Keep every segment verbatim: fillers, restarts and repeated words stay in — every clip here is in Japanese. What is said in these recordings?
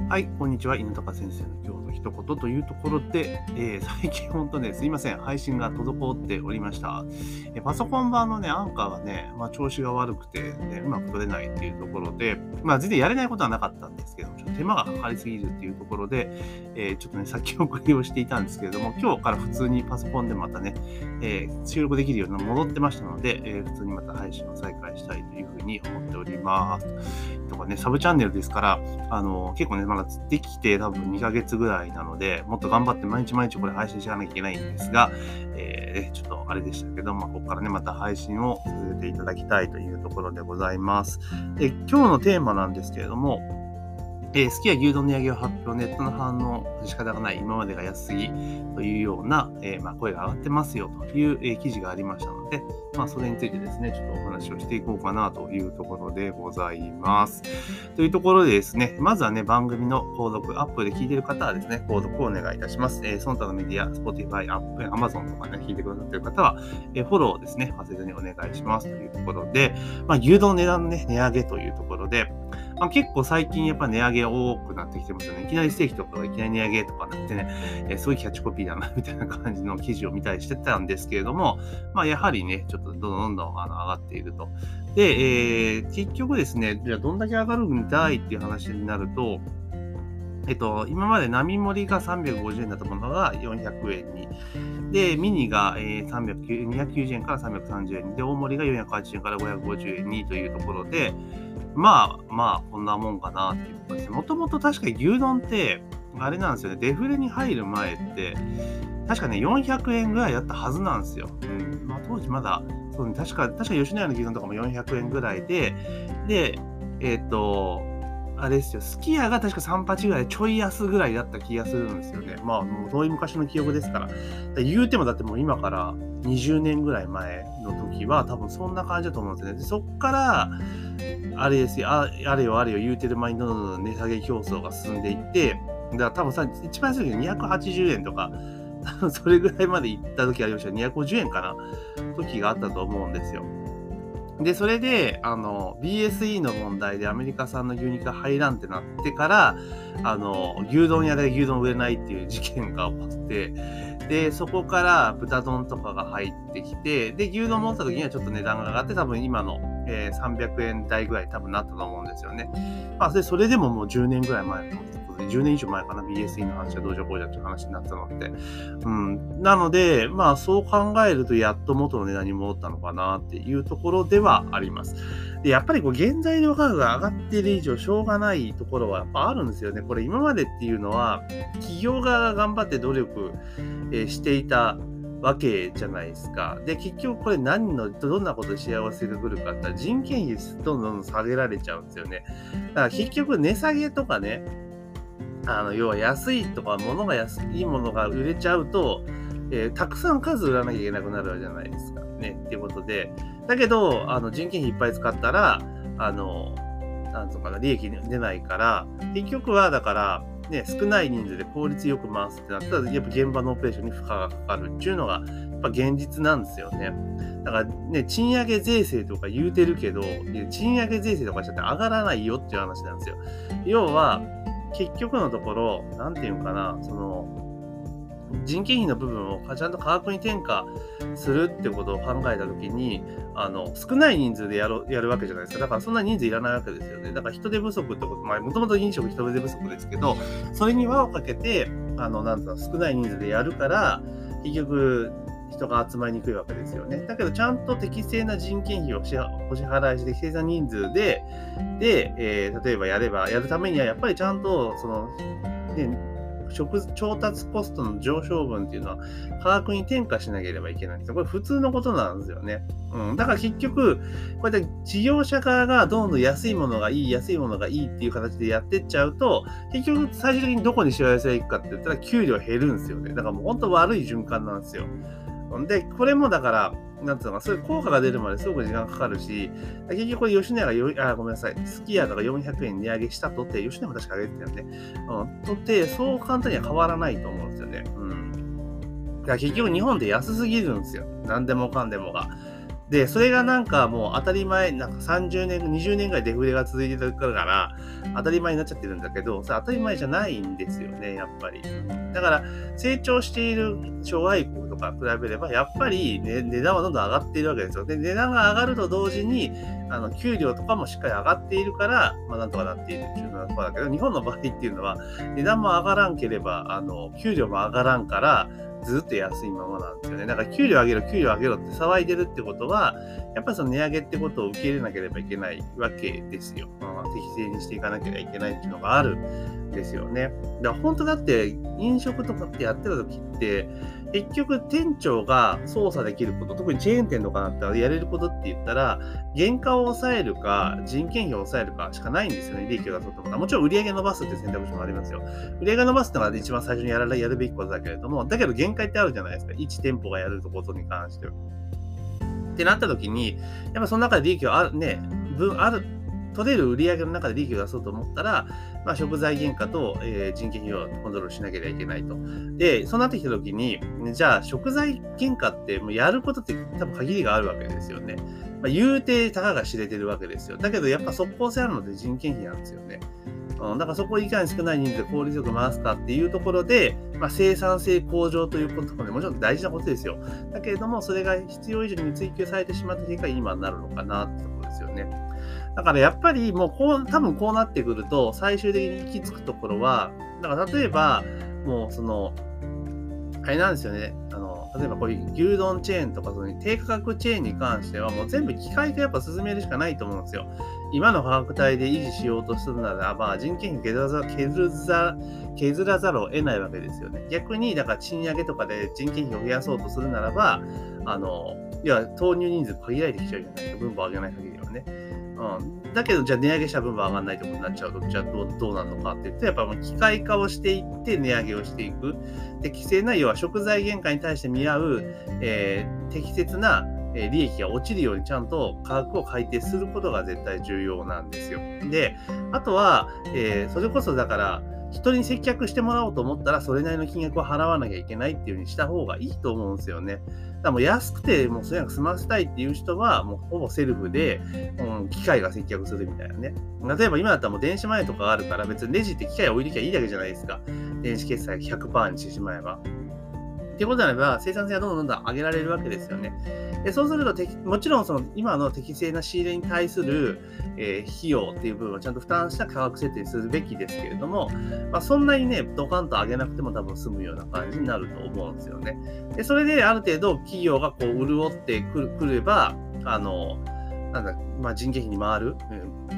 はい、こんにちは。犬高先生の今日の一言というところで、えー、最近本当ね、すいません、配信が滞っておりました。えーパソコン版のね、アンカーがね、まあ、調子が悪くて、ね、うまく取れないっていうところで、まあ、全然やれないことはなかったんですけど、ちょっと手間がかかりすぎるっていうところで、えーちょっとね、先送りをしていたんですけれども、今日から普通にパソコンでまたね、えー収録できるように戻ってましたので、えー普通にまた配信を再開したいというふうに思っております。とかね、サブチャンネルですから、あの、結構ね、まだできて多分にかげつぐらいなので、もっと頑張って毎日毎日これ配信していかなきゃいけないんですが、えー、ちょっとあれでしたけど、まあ、ここからね、また配信をさせていただきたいというところでございます。で、今日のテーマなんですけれども、えー、すき家牛丼値上げを発表、ネットの反応、仕方がない、今までが安すぎというような、えーまあ、声が上がってますよという、えー、記事がありましたので、まあ、それについてですね、ちょっとお話をしていこうかなというところでございます。というところでですね、まずはね、番組の購読、アップで聞いている方はですね、購読をお願いいたします。えー、その他のメディア、Spotify、Amazon とかね、聞いてくださっている方は、えー、フォローですね、忘れずにお願いしますというところで、まあ、牛丼の値段のね、値上げというところで、まあ、結構最近やっぱ値上げ多くなってきてますよね。いきなりステーキとかがいきなり値上げとかなってね、えー、すごいキャッチコピーだなみたいな感じの記事を見たりしてたんですけれども、まあやはりね、ちょっとどんどんどんどんあの上がっていると。で、えー、結局ですね、じゃあどんだけ上がるんだいっていう話になると、えっと、今まで並盛りがさんびゃくごじゅうえんだったものがよんひゃくえんに。で、ミニが、えー、さんびゃくにひゃくきゅうじゅうえんからさんびゃくさんじゅうえんに。で、大盛りがよんひゃくはちじゅうえんからごひゃくごじゅうえんにというところで、まあまあ、こんなもんかなっていうところですね。もともと確かに牛丼って、あれなんですよね、デフレに入る前って、確かね、よんひゃくえんぐらいだったはずなんですよ。うん。まあ当時まだ、そうね、確か、確か吉野家の牛丼とかもよんひゃくえんぐらいで、で、えっと、あれですよ、すき家が確かさんじゅうはちぐらいちょい安ぐらいだった気がするんですよね。まあ、もう遠い昔の記憶ですから。だ言うてもだってもう今からにじゅうねんぐらい前の時は多分そんな感じだと思うんですよね。でそっから、あれですよ、ああれよあれよ言うてる間にどんどん値下げ競争が進んでいって、だから多分さ、一番安い時ににひゃくはちじゅうえんとか、多分それぐらいまで行った時ありました。にひゃくごじゅうえんかな時があったと思うんですよ。で、それで、あの、ビーエスイー の問題でアメリカ産の牛肉が入らんってなってから、あの、牛丼屋で牛丼売れないっていう事件が起こって、で、そこから豚丼とかが入ってきて、で、牛丼持った時にはちょっと値段が上がって、多分今の、えー、さんびゃくえん台ぐらい多分なったと思うんですよね。まあ、で、それでももうじゅうねんぐらい前のことで、じゅうねん以上前かな、ビーエスイー の話はどうじゃこうじゃっていう話になったのって。うん。なので、まあそう考えるとやっと元の値段に戻ったのかなっていうところではあります。で、やっぱりこう原材料価格が上がっている以上しょうがないところはやっぱあるんですよね。これ今までっていうのは企業側が頑張って努力、えーしていたわけじゃないですか。で、結局これ何の、どんなことで幸せが来るかって言ったら人件費どんどん下げられちゃうんですよね。だから結局値下げとかね、あの、要は安いとか、物が安いものが売れちゃうと、えーたくさん数売らなきゃいけなくなるじゃないですか。ね。っていうことで。だけど、あの、人件費いっぱい使ったら、あの、なんとかな、利益出ないから、結局は、だから、ね、少ない人数で効率よく回すってなったら、やっぱ現場のオペレーションに負荷がかかるっていうのが、やっぱ現実なんですよね。だからね、賃上げ税制とか言うてるけど、いや賃上げ税制とかしちゃって上がらないよっていう話なんですよ。要は、結局のところ、なんていうのかな、その、人件費の部分をちゃんと価格に転嫁するってことを考えたときに、あの、少ない人数でやろやるわけじゃないですか。だからそんな人数いらないわけですよね。だから人手不足ってこと、まあ、もともと飲食人手不足ですけど、それに輪をかけて、あの、なんだろう、少ない人数でやるから、結局、人が集まりにくいわけですよね。だけど、ちゃんと適正な人件費をお支払いして、適正な人数で、で、えー、例えばやれば、やるためには、やっぱりちゃんと、その、ね、食調達コストの上昇分っていうのは価格に転嫁しなければいけないんですよ。これ普通のことなんですよね。うん。だから結局、こうやって事業者側がどんどん安いものがいい、安いものがいいっていう形でやってっちゃうと、結局最終的にどこにしわ寄せがいくかって言ったら給料減るんですよね。だからもう本当悪い循環なんですよ。で、これもだから、なんつうのか、そういう効果が出るまですごく時間かかるし、結局これ吉野家がよ、あ、ごめんなさい、すき家とかよんひゃくえん値上げしたとって、吉野家も確か上げてたよね。うん、とって、そう簡単には変わらないと思うんですよね。うん。だから結局日本って安すぎるんですよ。何でもかんでもが。 で、それがなんかもう当たり前、なんかさんじゅうねん、にじゅうねんぐらいデフレが続いてるから、当たり前になっちゃってるんだけど、それ当たり前じゃないんですよね、やっぱり。だから、成長している諸外国とか比べれば、やっぱり、ね、値段はどんどん上がっているわけですよ。で、値段が上がると同時に、あの、給料とかもしっかり上がっているから、まあ、なんとかなっているっていうのはそうだけど、日本の場合っていうのは、値段も上がらんければ、あの、給料も上がらんから、ずっと安いままなんですよね。だから給料上げろ、給料上げろって騒いでるってことは、やっぱりその値上げってことを受け入れなければいけないわけですよ。まあ、適正にしていかなければいけないっていうのがあるんですよね。だから本当だって飲食とかってやってた時って、結局店長が操作できること、特にチェーン店とかだったらやれることって言ったら、原価を抑えるか、人件費を抑えるかしかないんですよね、利益を出そうと思ったら。もちろん売上伸ばすって選択肢もありますよ。売上伸ばすってのが一番最初にやらやるべきことだけれども、だけど限界ってあるじゃないですか。いち店舗がやることに関しては。ってなった時に、やっぱその中で利益をある、ね、分ある、取れる売上の中で利益を出そうと思ったら、まあ、食材原価と、えー、人件費をコントロールしなければいけないと。で、そうなってきたときに、じゃあ食材原価ってもうやることって多分限りがあるわけですよね。まあ、言うてたかが知れてるわけですよ。だけどやっぱ即効性あるので人件費なんですよね。うん、だからそこをいかに少ない人数で効率よく回すかっていうところで、まあ、生産性向上ということもね、もちろん大事なことですよ。だけれども、それが必要以上に追求されてしまった結果、今になるのかなってところですよね。だからやっぱりもうこう、多分こうなってくると、最終的に行き着くところは、だから例えば、もうその、あれなんですよね。あの、例えばこういう牛丼チェーンとか、その低価格チェーンに関しては、もう全部機械化やっぱ進めるしかないと思うんですよ。今の価格帯で維持しようとするならば、人件費削らざ削ら削らざるを得ないわけですよね。逆に、だから賃上げとかで人件費を増やそうとするならば、あの、いや、投入人数限られてきちゃうじゃないですか。分母を上げない限りはね。うん、だけど、じゃあ値上げした分は上がらないということになっちゃうと、じゃあどう、どうなるのかって言って、やっぱもう機械化をしていって値上げをしていく。適正な、要は食材原価に対して見合う、えー、適切な利益が落ちるようにちゃんと価格を改定することが絶対重要なんですよ。で、あとは、えー、それこそだから、人に接客してもらおうと思ったら、それなりの金額を払わなきゃいけないっていう風にした方がいいと思うんですよね。だからもう安くて、もうそれなんか済ませたいっていう人は、もうほぼセルフで、うん、機械が接客するみたいなね。例えば今だったらもう電子マネーとかがあるから、別にレジって機械を置いてきゃいいだけじゃないですか。電子決済 ひゃくパーセント にしてしまえば。っていうことであれば、生産性がどんどんどんどん上げられるわけですよね。でそうすると、もちろんその今の適正な仕入れに対する、えー、費用っていう部分をちゃんと負担した価格設定するべきですけれども、まあ、そんなにね、ドカンと上げなくても多分済むような感じになると思うんですよね。でそれである程度企業がこう潤ってくれば、あの、なんだ、まあ、人件費に回る、うん、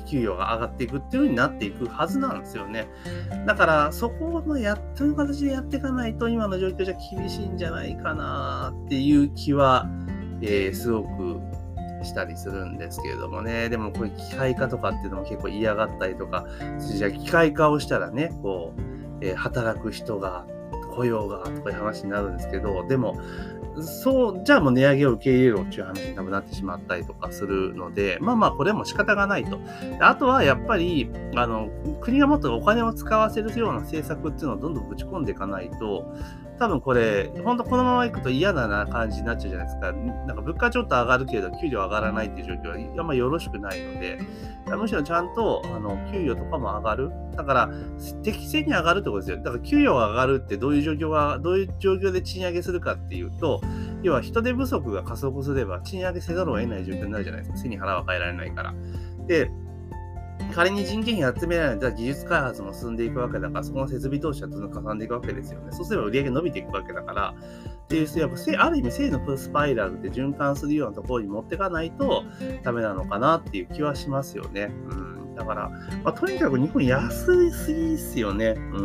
給与が上がっていくっていう風になっていくはずなんですよね。だから、そこのやってる形でやっていかないと、今の状況じゃ厳しいんじゃないかなっていう気は、えー、すごくしたりするんですけれどもね。でも、これ機械化とかっていうのも結構嫌がったりとか、じゃあ機械化をしたらね、こう、えー、働く人が、雇用がとかいう話になるんですけど、でも、そう、じゃあもう値上げを受け入れろっていう話に多分なってしまったりとかするので、まあまあこれはもう仕方がないと。あとはやっぱり、あの、国がもっとお金を使わせるような政策っていうのをどんどんぶち込んでいかないと、多分これ、本当このままいくと嫌だな感じになっちゃうじゃないですか。なんか物価ちょっと上がるけれど、給料上がらないっていう状況はあんまよろしくないので、むしろちゃんとあの給与とかも上がる。だから、適正に上がるってことですよ。だから給与が上がるってどういう状況が、どういう状況で賃上げするかっていうと、要は人手不足が加速すれば賃上げせざるを得ない状況になるじゃないですか。背に腹は変えられないから。で、仮に人件費集められたら技術開発も進んでいくわけだから、そこの設備投資はどんどんかさんでいくわけですよね。そうすれば売り上げ伸びていくわけだから、っていう、やっぱある意味正のスパイラルで循環するようなところに持っていかないとダメなのかなっていう気はしますよね。うん、だから、まあ、とにかく日本安すぎですよね。うん、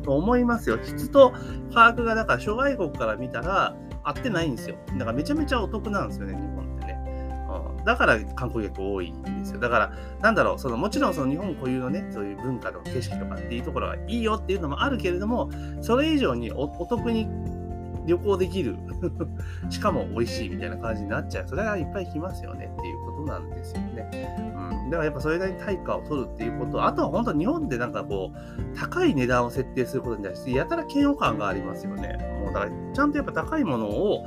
と思いますよ。質と価格がだから諸外国から見たら合ってないんですよ。だからめちゃめちゃお得なんですよね、日本ってね。だから観光客多いんですよ。だから、なんだろう、そのもちろんその日本固有のね、そういう文化の景色とかっていうところがいいよっていうのもあるけれども、それ以上に お, お得に旅行できる。しかも美味しいみたいな感じになっちゃう。それがいっぱい来ますよねっていうことなんですよね。うん。だからやっぱそれなりに対価を取るっていうこと、あとは本当に日本でなんかこう、高い値段を設定することに対して、やたら嫌悪感がありますよね。もうだから、ちゃんとやっぱ高いものを、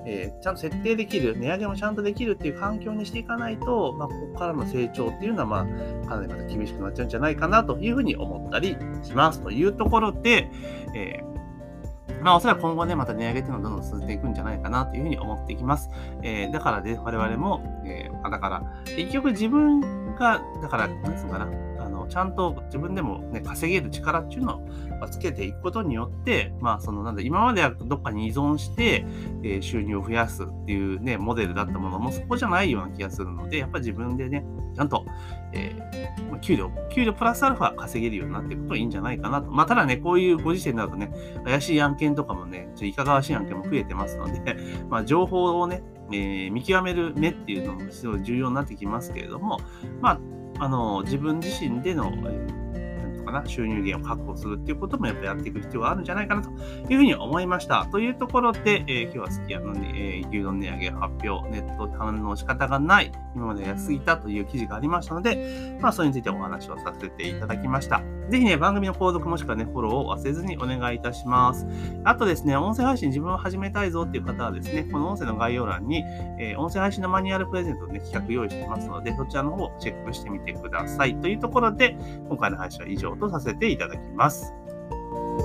えー、ちゃんと設定できる、値上げもちゃんとできるっていう環境にしていかないと、まあ、ここからの成長っていうのは、まあ、かなりまた厳しくなっちゃうんじゃないかなというふうに思ったりしますというところで、えーまあおそらく今後ね、また値上げっていうのはどんどん進んでいくんじゃないかなというふうに思っていきます。えー、だからね、我々も、えー、だから、結局自分が、だから、なんつうのかな、あの、ちゃんと自分でもね、稼げる力っていうのをつけていくことによって、まあその、なんだ、今まではどっかに依存して、えー、収入を増やすっていうね、モデルだったものもそこじゃないような気がするので、やっぱり自分でね、ちゃんと、えー、給料、給料プラスアルファ稼げるようになっていくといいんじゃないかなと。まあ、ただね、こういうご時世になるとね、怪しい案件とかもね、ちょいかがわしい案件も増えてますので、まあ、情報をね、えー、見極める目っていうのもすごい重要になってきますけれども、まあ、あの、自分自身での、えーかな収入源を確保するっていうこともやっぱやっていく必要があるんじゃないかなというふうに思いました。というところで、えー、今日はすき家の、ねえー、牛丼値上げ発表、ネット反応仕方がない、今まで安すぎたという記事がありましたので、まあそれについてお話をさせていただきました。ぜひね、番組の購読もしくはね、フォローを忘れずにお願いいたします。あとですね、音声配信自分を始めたいぞっていう方はですね、この音声の概要欄に、えー、音声配信のマニュアルプレゼントをね、企画用意していますので、そちらの方をチェックしてみてください。というところで、今回の配信は以上とさせていただきます。